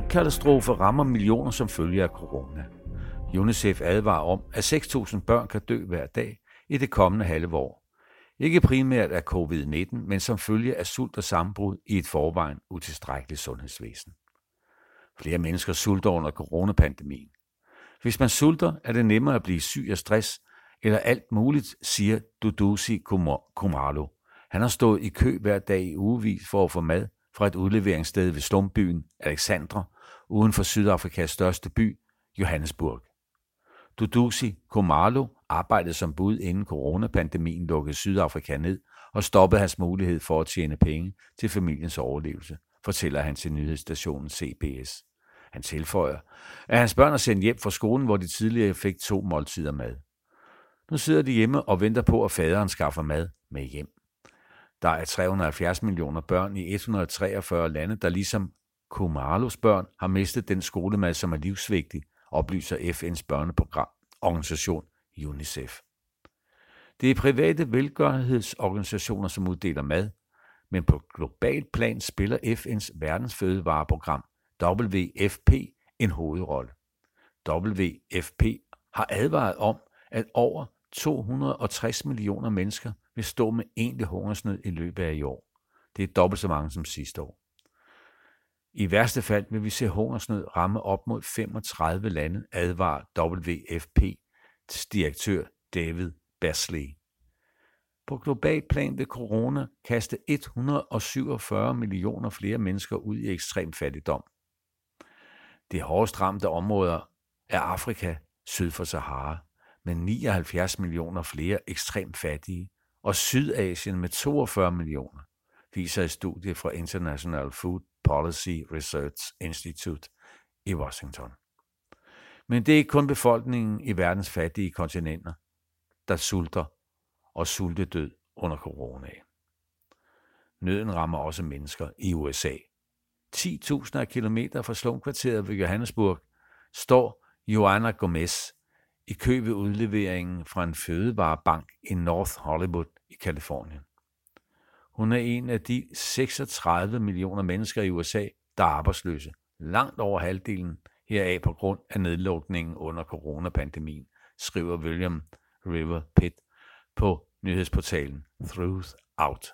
Sultkatastrofe rammer millioner som følge af corona. UNICEF advarer om, at 6.000 børn kan dø hver dag i det kommende halve år. Ikke primært af covid-19, men som følge af sult og sammenbrud i et forvejen utilstrækkeligt sundhedsvæsen. Flere mennesker sulter under coronapandemien. Hvis man sulter, er det nemmere at blive syg af stress eller alt muligt, siger Duduzi Khumalo. Han har stået i kø hver dag i ugevis for at få mad fra et udleveringssted ved slumbyen Alexandra, uden for Sydafrikas største by, Johannesburg. Duduzi Khumalo arbejdede som bud inden coronapandemien lukkede Sydafrika ned og stoppede hans mulighed for at tjene penge til familiens overlevelse, fortæller han til nyhedsstationen CBS. Han tilføjer, at hans børn er sendt hjem fra skolen, hvor de tidligere fik 2 måltider mad. Nu sidder de hjemme og venter på, at faderen skaffer mad med hjem. Der er 370 millioner børn i 143 lande, der ligesom Khumalos børn har mistet den skolemad, som er livsvigtig, oplyser FN's børneprogramorganisation UNICEF. Det er private velgørenhedsorganisationer, som uddeler mad, men på global plan spiller FN's verdensfødevareprogram WFP en hovedrolle. WFP har advaret om, at over 260 millioner mennesker vil stå med egentlig hungersnød i løbet af i år. Det er dobbelt så mange som sidste år. I værste fald vil vi se hungersnød ramme op mod 35 lande, advarer WFP's direktør David Beasley. På global plan vil corona kaste 147 millioner flere mennesker ud i ekstrem fattigdom. Det hårdest ramte områder er Afrika syd for Sahara, med 79 millioner flere ekstremt fattige, og Sydasien med 42 millioner, viser et studie fra International Food Policy Research Institute i Washington. Men det er ikke kun befolkningen i verdens fattige kontinenter, der sulter og sultedød under corona. Nøden rammer også mennesker i USA. 10.000 af kilometer fra slumkvarteret ved Johannesburg står Joanna Gomez i kø ved udleveringen fra en fødevarebank i North Hollywood i Californien. Hun er en af de 36 millioner mennesker i USA, der er arbejdsløse. Langt over halvdelen heraf på grund af nedlukningen under coronapandemien, skriver William River Pitt på nyhedsportalen Truth Out.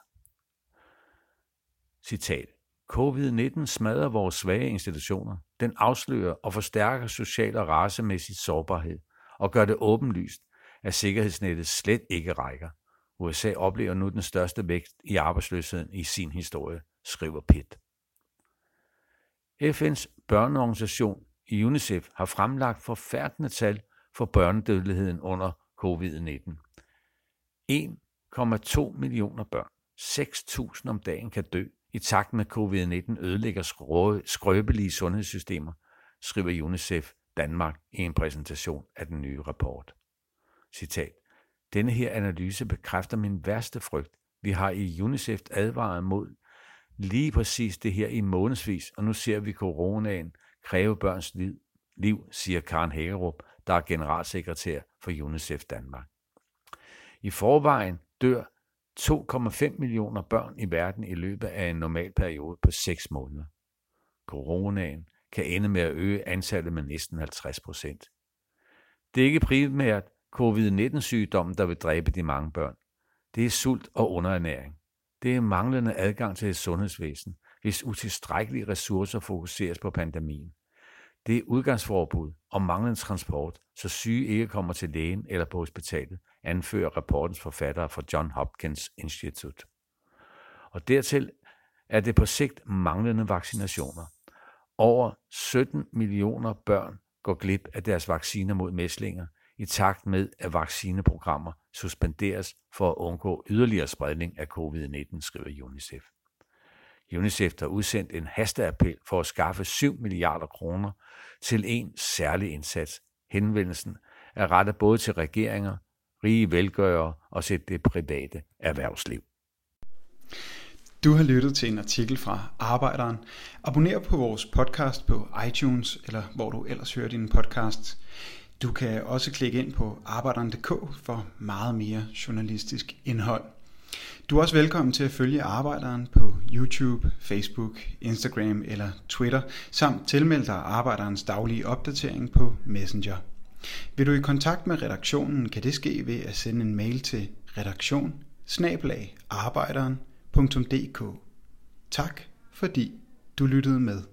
Citat. Covid-19 smadrer vores svage institutioner. Den afslører og forstærker social og racemæssig sårbarhed og gør det åbenlyst, at sikkerhedsnettet slet ikke rækker. USA oplever nu den største vækst i arbejdsløsheden i sin historie, skriver Pitt. FN's børneorganisation UNICEF har fremlagt forfærdende tal for børnedødeligheden under covid-19. 1,2 millioner børn, 6.000 om dagen kan dø i takt med covid-19 ødelægger skrøbelige sundhedssystemer, skriver UNICEF Danmark i en præsentation af den nye rapport. Citat. Denne her analyse bekræfter min værste frygt. Vi har i UNICEF advaret mod lige præcis det her i månedsvis, og nu ser vi coronaen kræve børns liv, siger Karen Hagerup, der er generalsekretær for UNICEF Danmark. I forvejen dør 2,5 millioner børn i verden i løbet af en normal periode på 6 måneder. Coronaen kan ende med at øge antallet med næsten 50%. Det er ikke primært covid-19-sygdommen, der vil dræbe de mange børn. Det er sult og underernæring. Det er manglende adgang til et sundhedsvæsen, hvis utilstrækkelige ressourcer fokuseres på pandemien. Det er udgangsforbud og manglende transport, så syge ikke kommer til lægen eller på hospitalet, anfører rapportens forfattere fra John Hopkins Institute. Og dertil er det på sigt manglende vaccinationer. Over 17 millioner børn går glip af deres vacciner mod mæslinger, i takt med, at vaccineprogrammer suspenderes for at undgå yderligere spredning af covid-19, skriver UNICEF. UNICEF har udsendt en hasteappel for at skaffe 7 milliarder kroner til en særlig indsats. Henvendelsen er rettet både til regeringer, rige velgørere og til det private erhvervsliv. Du har lyttet til en artikel fra Arbejderen. Abonner på vores podcast på iTunes, eller hvor du ellers hører dine podcasts. Du kan også klikke ind på arbejderen.dk for meget mere journalistisk indhold. Du er også velkommen til at følge Arbejderen på YouTube, Facebook, Instagram eller Twitter, samt tilmelde dig Arbejderens daglige opdatering på Messenger. Vil du i kontakt med redaktionen, kan det ske ved at sende en mail til redaktion@arbejderen.dk. Tak fordi du lyttede med.